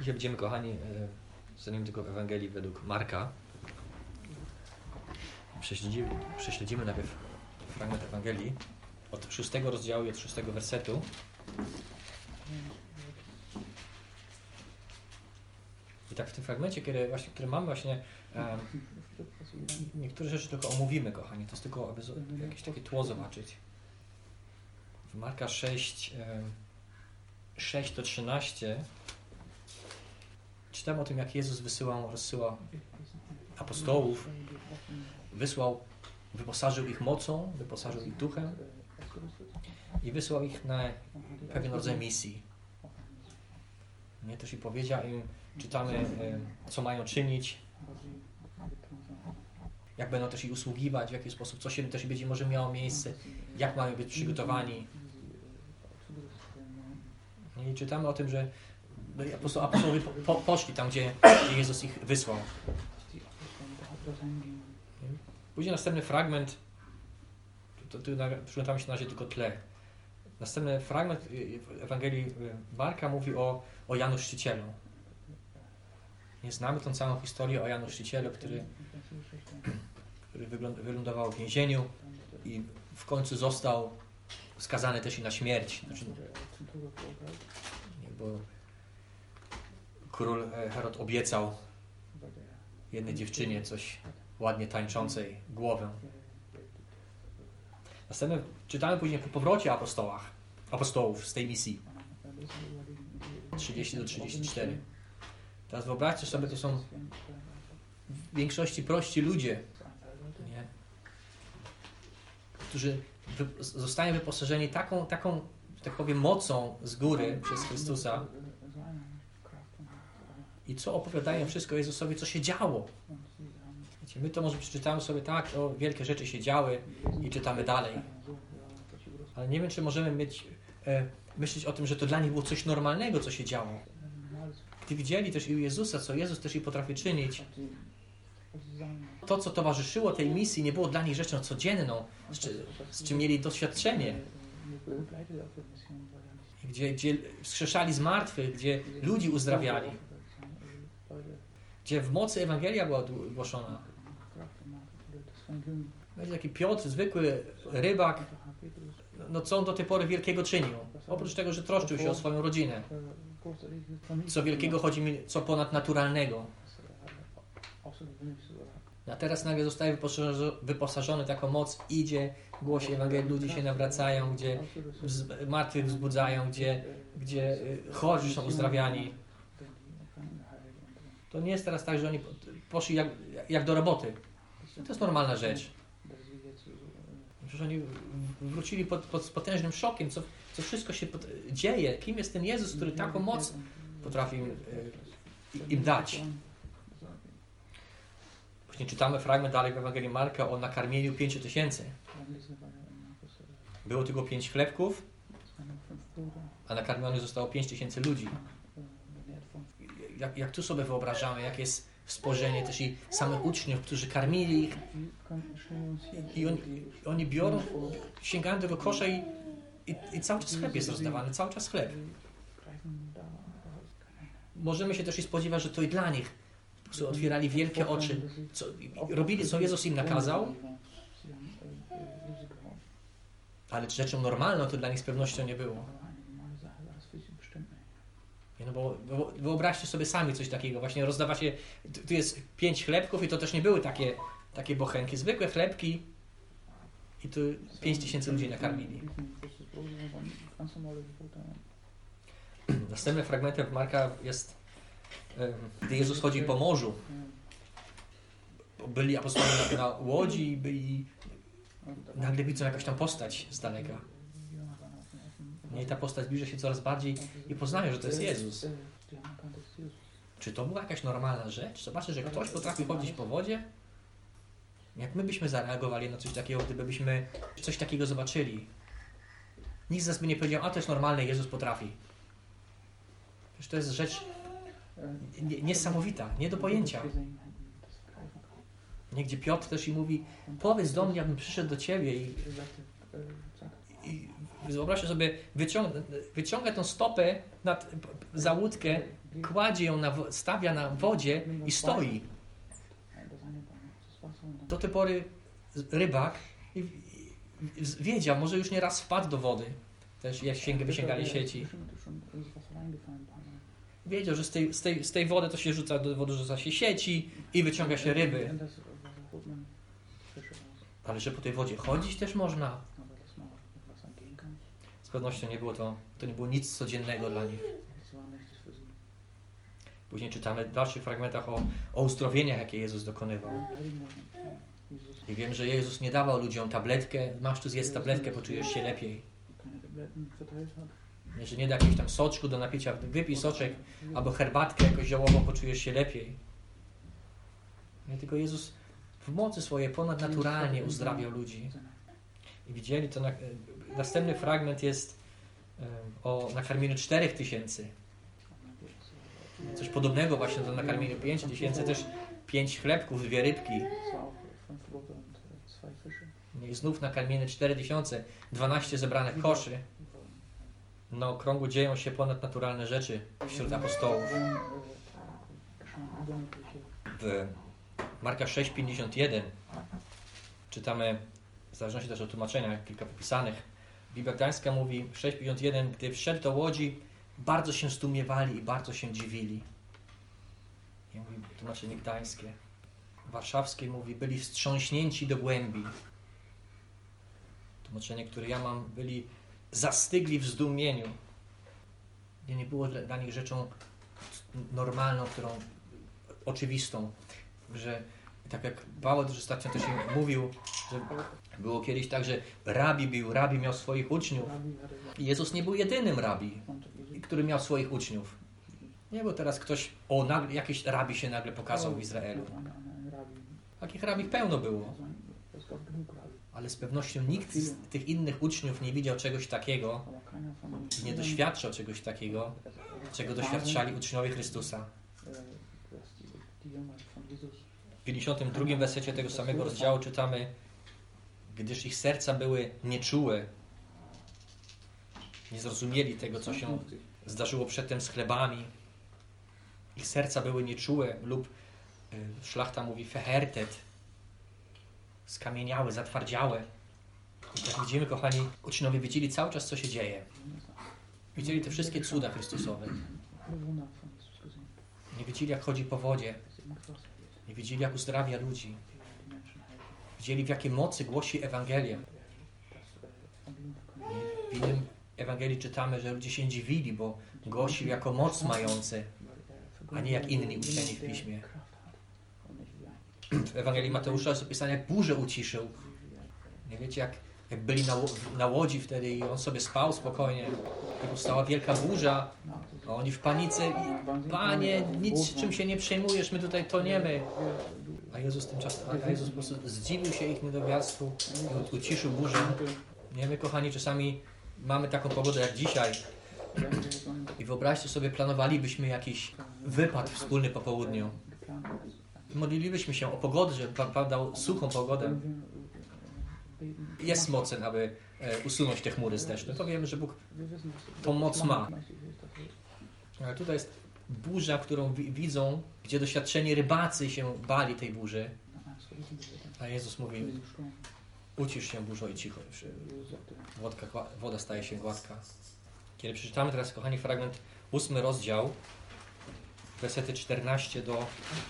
Dzisiaj będziemy, kochani, zanim tylko Ewangelii według Marka, prześledzimy najpierw fragment Ewangelii od 6 rozdziału i od 6 wersetu. I tak w tym fragmencie, który mamy właśnie, niektóre rzeczy tylko omówimy, kochani. To jest tylko, aby jakieś takie tło zobaczyć. W Marka 6 do 13 czytamy o tym, jak Jezus rozsyłał apostołów, wyposażył ich mocą, wyposażył ich duchem i wysłał ich na pewien rodzaj misji. Nie, też i powiedział im, czytamy, co mają czynić, jak będą też i usługiwać, w jaki sposób, co się też będzie może miało miejsce, jak mają być przygotowani. I czytamy o tym, że apostołowie poszli tam, gdzie Jezus ich wysłał. Później następny fragment, tu przyglądamy się na razie tylko tle. Następny fragment Ewangelii Marka mówi o Janu Chrzcicielu. Nie znamy tą całą historię o Janu Chrzcicielu, który wylądował w więzieniu i w końcu został skazany też i na śmierć. Znaczy, bo król Herod obiecał jednej dziewczynie coś ładnie tańczącej głowę. Następnie czytamy później po powrocie apostołów z tej misji. 30 do 34. Teraz wyobraźcie sobie, to są w większości prości ludzie, nie? Którzy zostają wyposażeni taką, tak powiem, mocą z góry przez Chrystusa. I co opowiadają wszystko Jezusowi, co się działo. Wiecie, my to może przeczytamy sobie tak, wielkie rzeczy się działy i czytamy dalej. Ale nie wiem, czy możemy myśleć o tym, że to dla nich było coś normalnego, co się działo. Gdy widzieli też i u Jezusa, co Jezus też i potrafi czynić, to, co towarzyszyło tej misji, nie było dla nich rzeczą codzienną, z czym mieli doświadczenie. Gdzie wskrzeszali zmartwych, gdzie ludzi uzdrawiali. Gdzie w mocy Ewangelia była głoszona. Będzie taki Piotr, zwykły rybak, no co on do tej pory wielkiego czynił? Oprócz tego, że troszczył się o swoją rodzinę. Co wielkiego chodzi mi, co ponadnaturalnego. A teraz nagle zostaje wyposażony taką moc, idzie, głosi Ewangelię, ludzie się nawracają, gdzie martwych wzbudzają, gdzie chorzy są uzdrawiani. To nie jest teraz tak, że oni poszli jak do roboty. To jest normalna rzecz. Przecież oni wrócili pod potężnym szokiem, co wszystko się dzieje. Kim jest ten Jezus, który taką moc potrafi im dać. Później czytamy fragment dalej w Ewangelii Marka o nakarmieniu 5000. Było tylko 5 chlebków, a nakarmionych zostało 5000 ludzi. Jak tu sobie wyobrażamy, jak jest spojrzenie też i samych uczniów, którzy karmili ich i oni biorą, sięgają do tego kosza i cały czas chleb jest rozdawany, cały czas chleb. Możemy się też i spodziewać, że to i dla nich po prostu otwierali wielkie oczy, robili, co Jezus im nakazał, ale rzeczą normalną to dla nich z pewnością nie było. No bo wyobraźcie sobie sami coś takiego. Właśnie rozdawa się, tu jest 5 chlebków i to też nie były takie bochenki. Zwykłe chlebki i tu 5000 ludzi nakarmili. Następnym fragmentem Marka jest, gdy Jezus chodzi po morzu. Byli apostołowie na łodzi i nagle widzą jakąś tam postać z daleka. I ta postać zbliża się coraz bardziej i poznają, że to jest Jezus. Czy to była jakaś normalna rzecz? Zobaczcie, że ktoś potrafi chodzić po wodzie? Jak my byśmy zareagowali na coś takiego, gdybyśmy coś takiego zobaczyli? Nikt z nas by nie powiedział, a to jest normalne, Jezus potrafi. Przecież to jest rzecz niesamowita, nie do pojęcia. Gdzie Piotr też i mówi, powiedz do mnie, abym przyszedł do Ciebie i Wyobraźcie sobie, wyciąga tą stopę za łódkę, kładzie ją, stawia na wodzie i stoi. Do tej pory rybak wiedział, może już nie raz wpadł do wody, też jak wysięgali sieci. Wiedział, że z tej wody to się rzuca do wody, rzuca się sieci i wyciąga się ryby. Ale że po tej wodzie chodzić też można. Z pewnością to nie było nic codziennego dla nich. Później czytamy w dalszych fragmentach o uzdrowieniach, jakie Jezus dokonywał. I wiem, że Jezus nie dawał ludziom tabletkę, masz tu zjedz tabletkę, poczujesz się lepiej. Że nie da jakiegoś tam soczku do napicia, wypij soczek, albo herbatkę jakoś ziołową, poczujesz się lepiej. Nie, tylko Jezus w mocy swojej ponadnaturalnie uzdrawiał ludzi. I widzieli to, następny fragment jest o nakarmieniu 4000. Coś podobnego właśnie do nakarmienia 5000, też 5 chlebków, 2 rybki. I znów nakarmienie 4000, 12 zebranych koszy. Na okrągło dzieją się ponadnaturalne rzeczy wśród apostołów. W Marka 6:51 czytamy, w zależności też od tłumaczenia, kilka popisanych. Biblia Gdańska mówi 6:51, gdy wszedł do łodzi, bardzo się zdumiewali i bardzo się dziwili. I mówi tłumaczenie gdańskie. Warszawskie mówi, byli wstrząśnięci do głębi. Tłumaczenie, które ja mam, byli zastygli w zdumieniu. Nie było dla nich rzeczą normalną, oczywistą, że tak jak Paweł też ostatnio też im mówił, że było kiedyś tak, że rabi miał swoich uczniów. I Jezus nie był jedynym rabi, który miał swoich uczniów. Nie był teraz ktoś, nagle jakiś rabi się nagle pokazał w Izraelu. Takich rabich pełno było. Ale z pewnością nikt z tych innych uczniów nie widział czegoś takiego i nie doświadczał czegoś takiego, czego doświadczali uczniowie Chrystusa. W 52 wersecie tego samego rozdziału czytamy, gdyż ich serca były nieczułe, nie zrozumieli tego, co się zdarzyło przedtem z chlebami. Ich serca były nieczułe lub szlachta mówi fehertet, skamieniałe, zatwardziałe. I jak widzimy, kochani, uczniowie widzieli cały czas, co się dzieje. Widzieli te wszystkie cuda Chrystusowe. Nie widzieli, jak chodzi po wodzie. Nie widzieli, jak uzdrawia ludzi. Widzieli, w jakiej mocy głosi Ewangelię. W innym Ewangelii czytamy, że ludzie się dziwili, bo głosił jako moc mający, a nie jak inni uczeni w Piśmie. W Ewangelii Mateusza jest opisane, jak burzę uciszył. Nie wiecie, jak byli na łodzi wtedy i on sobie spał spokojnie. I powstała wielka burza, a oni w panice. Panie, nic czym się nie przejmujesz, my tutaj toniemy. A Jezus po prostu zdziwił się ich niedowiarstwu i uciszył burzę. Nie, my, kochani, czasami mamy taką pogodę jak dzisiaj. I wyobraźcie sobie, planowalibyśmy jakiś wypad wspólny po południu. Modlilibyśmy się o pogodę, żeby Pan dał suchą pogodę. Jest mocen, aby usunąć te chmury z deszczu. To wiemy, że Bóg tą moc ma. Ale tutaj jest burza, którą widzą, gdzie doświadczeni rybacy się bali tej burzy. A Jezus mówi, ucisz się burzo i cicho. Woda staje się gładka. Kiedy przeczytamy teraz, kochani, fragment 8 rozdział, wersety 14 do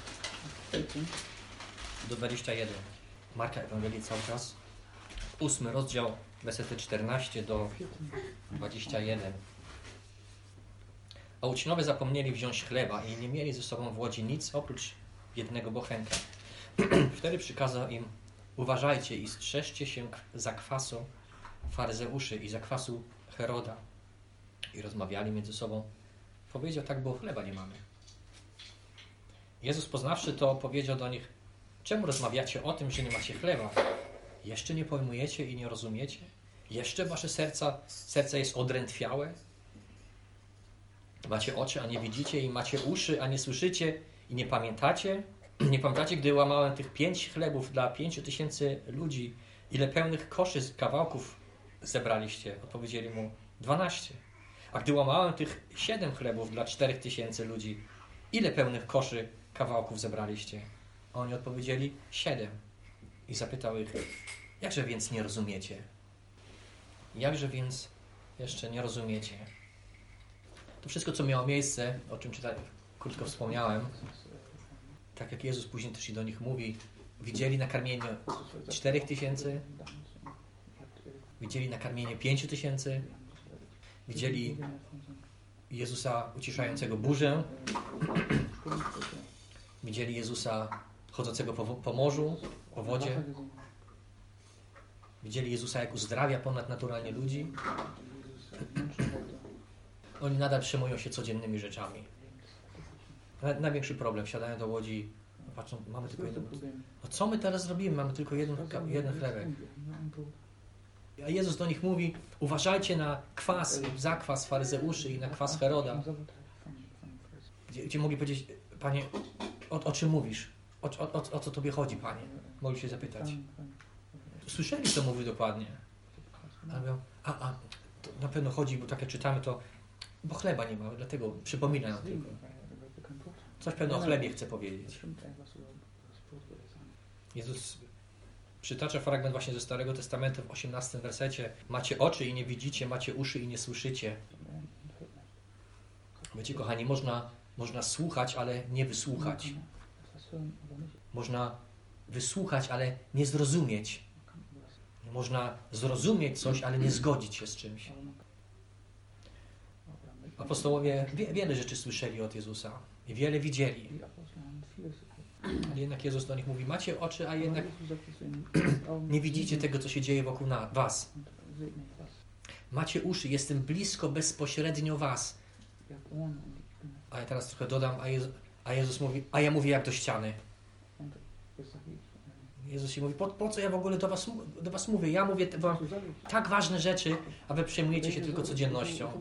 21. Marka Ewangelii cały czas. 8 rozdział, wersety 14 do 21. A uczniowie zapomnieli wziąć chleba i nie mieli ze sobą w łodzi nic oprócz jednego bochenka. Wtedy przykazał im, uważajcie i strzeżcie się zakwasu faryzeuszy i zakwasu Heroda. I rozmawiali między sobą. Powiedział tak, bo chleba nie mamy. Jezus poznawszy to, powiedział do nich, czemu rozmawiacie o tym, że nie macie chleba? Jeszcze nie pojmujecie i nie rozumiecie? Jeszcze wasze serce jest odrętwiałe? Macie oczy, a nie widzicie i macie uszy, a nie słyszycie i nie pamiętacie? Nie pamiętacie, gdy łamałem tych 5 chlebów dla 5000 ludzi, ile pełnych koszy z kawałków zebraliście? Odpowiedzieli mu 12. A gdy łamałem tych 7 chlebów dla 4000 ludzi, ile pełnych koszy kawałków zebraliście? A oni odpowiedzieli 7. I zapytał ich, jakże więc nie rozumiecie? Jakże więc jeszcze nie rozumiecie? To wszystko, co miało miejsce, o czym krótko wspomniałem, tak jak Jezus później też i do nich mówi, widzieli nakarmienie 4000, widzieli nakarmienie 5000, widzieli Jezusa uciszającego burzę, widzieli Jezusa chodzącego po morzu, po wodzie, widzieli Jezusa, jak uzdrawia ponadnaturalnie ludzi. Oni nadal przejmują się codziennymi rzeczami. Największy problem, wsiadają do łodzi, patrzą, mamy tylko jeden. No co my teraz zrobimy? Mamy tylko jeden chlebek. A Jezus do nich mówi, uważajcie na kwas, zakwas faryzeuszy i na kwas Heroda. Gdzie mogli powiedzieć, Panie, o czym mówisz? O co Tobie chodzi, Panie? Mogli się zapytać. Słyszeli, co mówi dokładnie. Ale mówią, to na pewno chodzi, bo takie czytamy to, bo chleba nie ma, dlatego przypomina nam tylko. Coś pewno o chlebie chce powiedzieć. Jezus przytacza fragment właśnie ze Starego Testamentu w 18 wersecie. Macie oczy i nie widzicie, macie uszy i nie słyszycie. Wiecie, kochani, można słuchać, ale nie wysłuchać. Można wysłuchać, ale nie zrozumieć. Można zrozumieć coś, ale nie zgodzić się z czymś. Apostołowie wiele rzeczy słyszeli od Jezusa i wiele widzieli. Ale jednak Jezus do nich mówi, macie oczy, a jednak nie widzicie tego, co się dzieje wokół was. Macie uszy, jestem blisko, bezpośrednio was. A ja teraz trochę dodam, a Jezus mówi, a ja mówię jak do ściany. Jezus się mówi, po co ja w ogóle do was mówię? Ja mówię wam tak ważne rzeczy, a wy przejmujecie się tylko codziennością.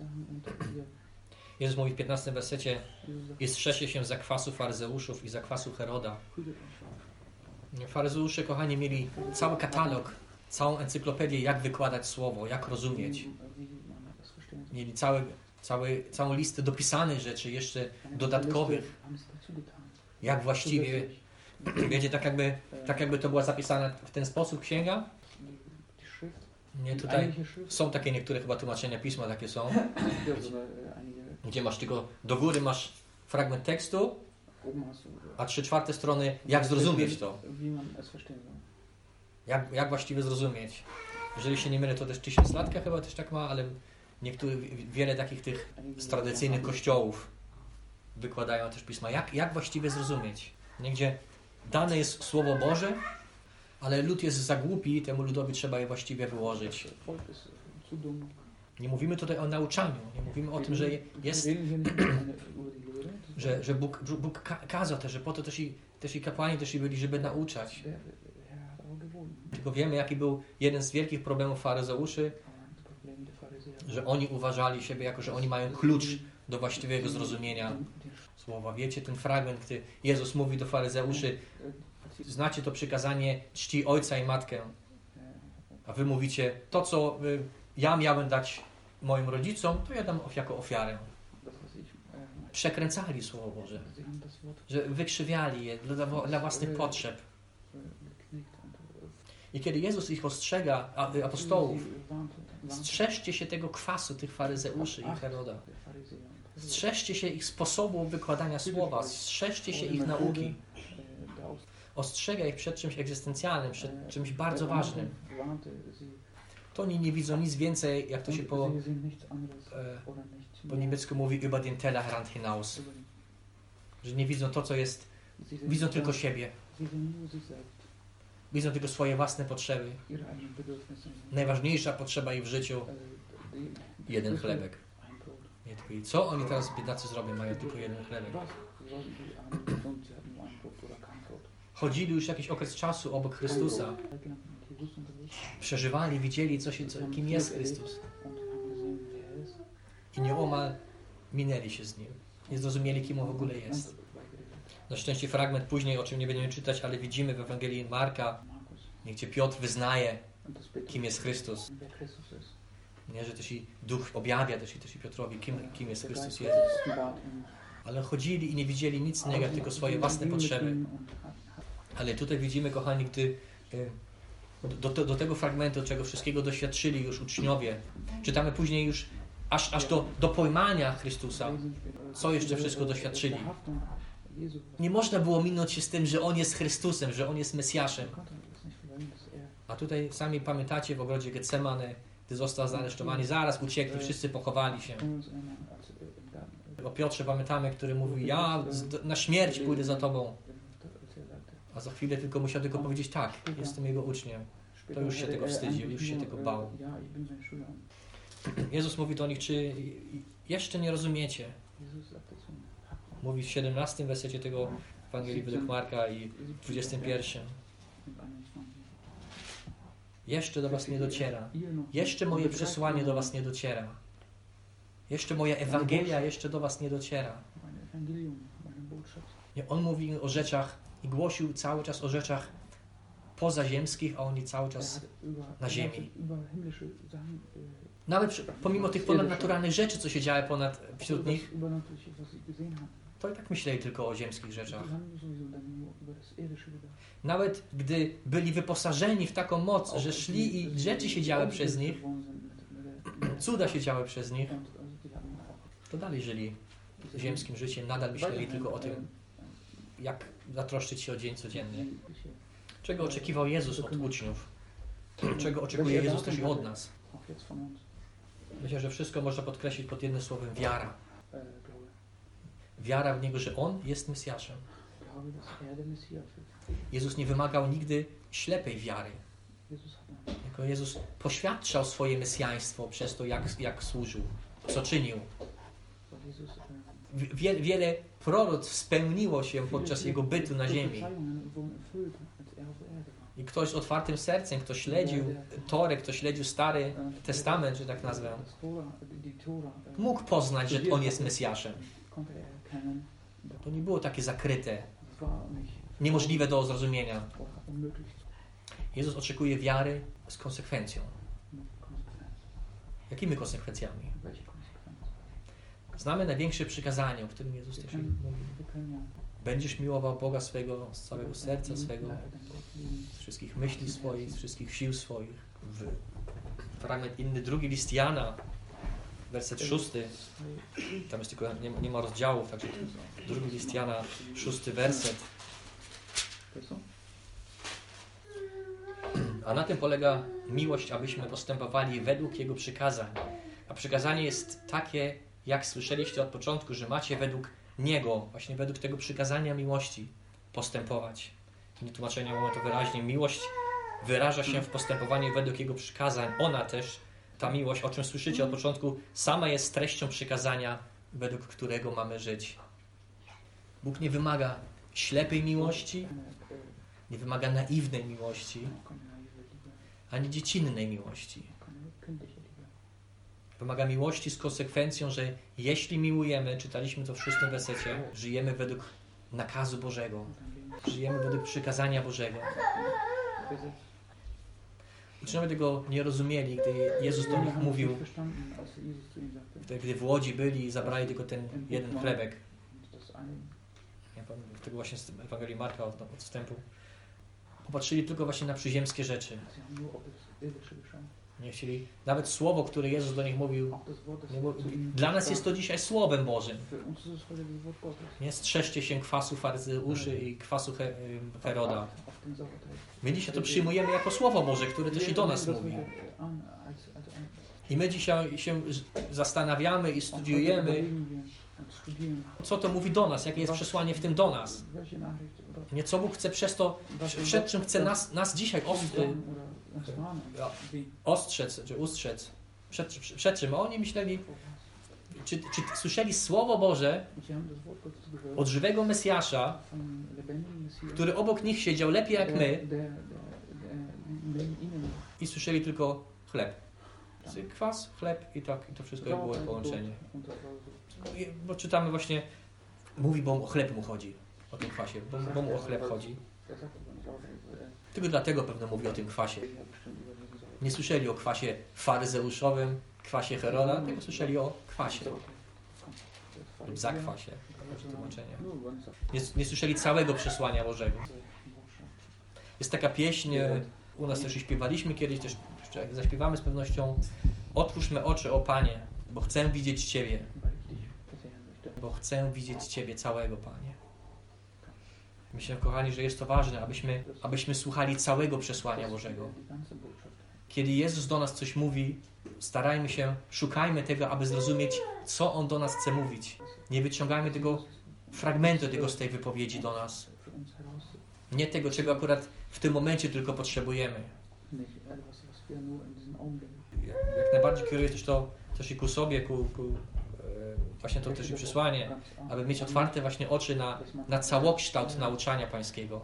Jezus mówi w 15 wersecie, i strzeże się zakwasu faryzeuszów i zakwasu Heroda. Faryzeusze, kochani, mieli cały katalog, całą encyklopedię, jak wykładać słowo, jak rozumieć. Mieli całą listę dopisanych rzeczy, jeszcze dodatkowych, jak właściwie, wiecie, tak jakby to była zapisana w ten sposób księga. Nie, tutaj są takie niektóre chyba tłumaczenia pisma, takie są, gdzie masz tylko do góry masz fragment tekstu, a 3/4 strony, jak zrozumieć to. Jak właściwie zrozumieć. Jeżeli się nie mylę, to też 1000-latka chyba też tak ma, ale wiele takich tych z tradycyjnych kościołów wykładają też pisma. Jak właściwie zrozumieć? Gdzie dane jest Słowo Boże, ale lud jest za głupi, temu ludowi trzeba je właściwie wyłożyć. Nie mówimy tutaj o nauczaniu, nie mówimy o tym, że jest, że Bóg kazał też, że po to też i kapłani też i byli, żeby nauczać. Tylko wiemy, jaki był jeden z wielkich problemów faryzeuszy, że oni uważali siebie jako, że oni mają klucz do właściwego zrozumienia słowa. Wiecie, ten fragment, gdy Jezus mówi do faryzeuszy, znacie to przykazanie, czci ojca i matkę, a wy mówicie, to co ja miałem dać moim rodzicom, to ja dam jako ofiarę. Przekręcali Słowo Boże, że wykrzywiali je dla własnych potrzeb. I kiedy Jezus ich ostrzega, apostołów, strzeżcie się tego kwasu tych faryzeuszy i Heroda. Strzeżcie się ich sposobu wykładania słowa, strzeżcie się ich nauki. Ostrzega ich przed czymś egzystencjalnym, przed czymś bardzo ważnym. To oni nie widzą nic więcej, jak to się po niemiecku mówi, über den Tellerrand hinaus. Że nie widzą to, co jest, widzą tylko siebie. Widzą tylko swoje własne potrzeby. Najważniejsza potrzeba ich w życiu, jeden chlebek. I co oni teraz biedacy zrobią? Mają tylko jeden chlebek. Chodzili już jakiś okres czasu obok Chrystusa. Przeżywali, widzieli, kim jest Chrystus. I nieomal minęli się z Nim. Nie zrozumieli, kim On w ogóle jest. Na szczęście fragment później, o czym nie będziemy czytać, ale widzimy w Ewangelii Marka, gdzie Piotr wyznaje kim jest Chrystus. wer Christus ist. Nie, że też i Duch objawia też i Piotrowi, kim jest Chrystus Jezus. Ale chodzili i nie widzieli nic innego, jak tylko swoje własne potrzeby. Ale tutaj widzimy, kochani, gdy do tego fragmentu, czego wszystkiego doświadczyli już uczniowie, czytamy później już aż do pojmania Chrystusa, co jeszcze wszystko doświadczyli. Nie można było minąć się z tym, że On jest Chrystusem, że On jest Mesjaszem. A tutaj sami pamiętacie w ogrodzie Getsemane, gdy został zaaresztowany, zaraz uciekli, wszyscy pochowali się. O Piotrze pamiętamy, który mówi, ja na śmierć pójdę za Tobą. A za chwilę musiał powiedzieć, tak, jestem Jego uczniem. To już się tego wstydził, już się tego bał. Jezus mówi do nich, czy jeszcze nie rozumiecie? Mówi w 17 wersecie tego Ewangelii według Marka i w 21. Jeszcze do was nie dociera. Jeszcze moje przesłanie do was nie dociera. Jeszcze moja Ewangelia jeszcze do was nie dociera. On mówi o rzeczach i głosił cały czas o rzeczach pozaziemskich, a oni cały czas na ziemi. Nawet pomimo tych ponadnaturalnych rzeczy, co się działy wśród nich, to i tak myśleli tylko o ziemskich rzeczach. Nawet gdy byli wyposażeni w taką moc, że szli i rzeczy się działy przez nich, cuda się działy przez nich, to dalej żyli ziemskim życiem, nadal myśleli tylko o tym, jak zatroszczyć się o dzień codzienny. Czego oczekiwał Jezus od uczniów? Czego oczekuje Jezus też i od nas? Myślę, że wszystko można podkreślić pod jednym słowem wiara. Wiara w Niego, że On jest Mesjaszem. Jezus nie wymagał nigdy ślepej wiary. Tylko Jezus poświadczał swoje mesjaństwo przez to, jak służył, co czynił. Wiele proroctw spełniło się podczas Jego bytu na ziemi. I ktoś z otwartym sercem, kto śledził Torę, kto śledził Stary Testament, że tak nazwę, mógł poznać, że On jest Mesjaszem. To nie było takie zakryte, niemożliwe do zrozumienia. Jezus oczekuje wiary z konsekwencją. Jakimi konsekwencjami? Znamy największe przykazanie, o którym Jezus też mówi. Będziesz miłował Boga swego z całego serca swego, z wszystkich myśli swoich, z wszystkich sił swoich. Fragment inny, drugi list Jana, werset 6. Tam jest tylko, nie ma rozdziałów, także drugi list Jana, 6 werset. A na tym polega miłość, abyśmy postępowali według Jego przykazań. A przykazanie jest takie, jak słyszeliście od początku, że macie według Niego, właśnie według tego przykazania miłości postępować. W tłumaczeniu mamy to wyraźnie. Miłość wyraża się w postępowaniu według Jego przykazań. Ona też, ta miłość, o czym słyszycie od początku, sama jest treścią przykazania, według którego mamy żyć. Bóg nie wymaga ślepej miłości, nie wymaga naiwnej miłości, ani dziecinnej miłości. Wymaga miłości z konsekwencją, że jeśli miłujemy, czytaliśmy to w 6 wersecie, żyjemy według nakazu Bożego. Żyjemy według przykazania Bożego. Uczniowie tego nie rozumieli, gdy Jezus do nich mówił, gdy w łodzi byli i zabrali tylko ten jeden chlebek. Ja pamiętam tego właśnie z Ewangelii Marka od wstępu. Popatrzyli tylko właśnie na przyziemskie rzeczy. Nie chcieli, nawet słowo, które Jezus do nich mówił, dla nas jest to dzisiaj Słowem Bożym. Nie strzeżcie się kwasu faryzeuszy i kwasu Heroda. My dzisiaj to przyjmujemy jako Słowo Boże, które też i do nas mówi. I my dzisiaj się zastanawiamy i studiujemy, co to mówi do nas, jakie jest przesłanie w tym do nas. Nie, co Bóg chce przez to, przed czym chce nas dzisiaj ostrzec, czy ustrzec. Przed czym? Oni myśleli, czy słyszeli Słowo Boże od żywego Mesjasza, który obok nich siedział lepiej jak my i słyszeli tylko chleb. Kwas, chleb i tak, i to wszystko było połączenie. Bo czytamy właśnie, mówi, bo o chleb mu chodzi, o tym kwasie, bo mu o chleb chodzi. Tylko dlatego pewno mówi o tym kwasie. Nie słyszeli o kwasie faryzeuszowym, kwasie Heroda, tylko słyszeli o kwasie lub zakwasie. Tłumaczenie. Nie słyszeli całego przesłania Bożego. Jest taka pieśń, u nas też i śpiewaliśmy kiedyś, też jak zaśpiewamy z pewnością: otwórz me oczy, o Panie, bo chcę widzieć Ciebie. Bo chcę widzieć Ciebie całego, Panie. Myślę, kochani, że jest to ważne, abyśmy słuchali całego przesłania Bożego. Kiedy Jezus do nas coś mówi, starajmy się, szukajmy tego, aby zrozumieć, co On do nas chce mówić. Nie wyciągajmy tego fragmentu z tej wypowiedzi do nas. Nie tego, czego akurat w tym momencie tylko potrzebujemy. Jak najbardziej kieruję też i ku sobie, właśnie to też i przesłanie, aby mieć otwarte właśnie oczy na całokształt nauczania Pańskiego.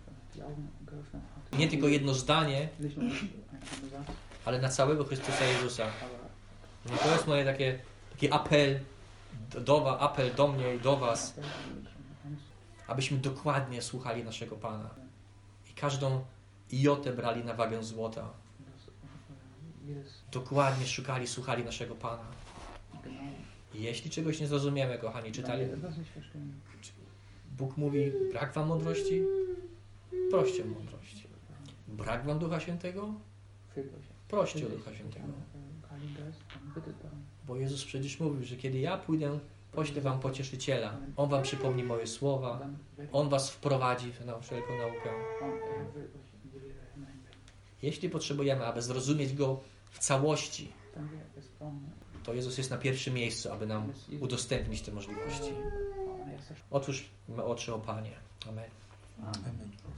Nie tylko jedno zdanie, ale na całego Chrystusa Jezusa. I to jest moje taki apel do mnie i do Was, abyśmy dokładnie słuchali naszego Pana i każdą jotę brali na wagę złota. Dokładnie słuchali naszego Pana. I jeśli czegoś nie zrozumiemy, kochani, czytali, Bóg mówi: brak wam mądrości? Proście o mądrość. Brak wam Ducha Świętego? Proście o Ducha Świętego. Bo Jezus przecież mówił, że kiedy ja pójdę, poślę wam Pocieszyciela. On wam przypomni moje słowa. On was wprowadzi na wszelką naukę. Jeśli potrzebujemy, aby zrozumieć Go w całości, to Jezus jest na pierwszym miejscu, aby nam udostępnić te możliwości. Otwórz me oczy, o Panie. Amen. Amen.